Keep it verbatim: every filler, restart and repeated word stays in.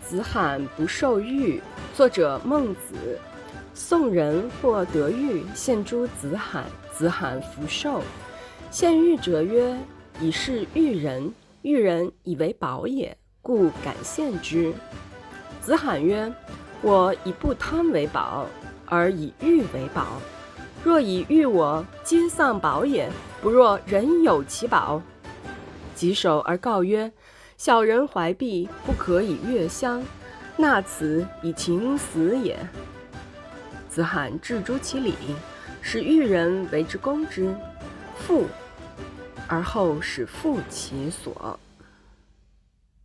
子罕不受玉，作者孟子。宋人或得玉，献诸子罕，子罕弗受。献玉者曰：以是玉人，玉人以为宝也，故敢献之。子罕曰：我以不贪为宝，而以玉为宝。若以玉我，皆丧宝也，不若人有其宝。稽首而告曰：小人怀璧，不可以乐襄，纳此以情死也。子罕置诸其礼，使玉人为之攻之，复而后使复其所。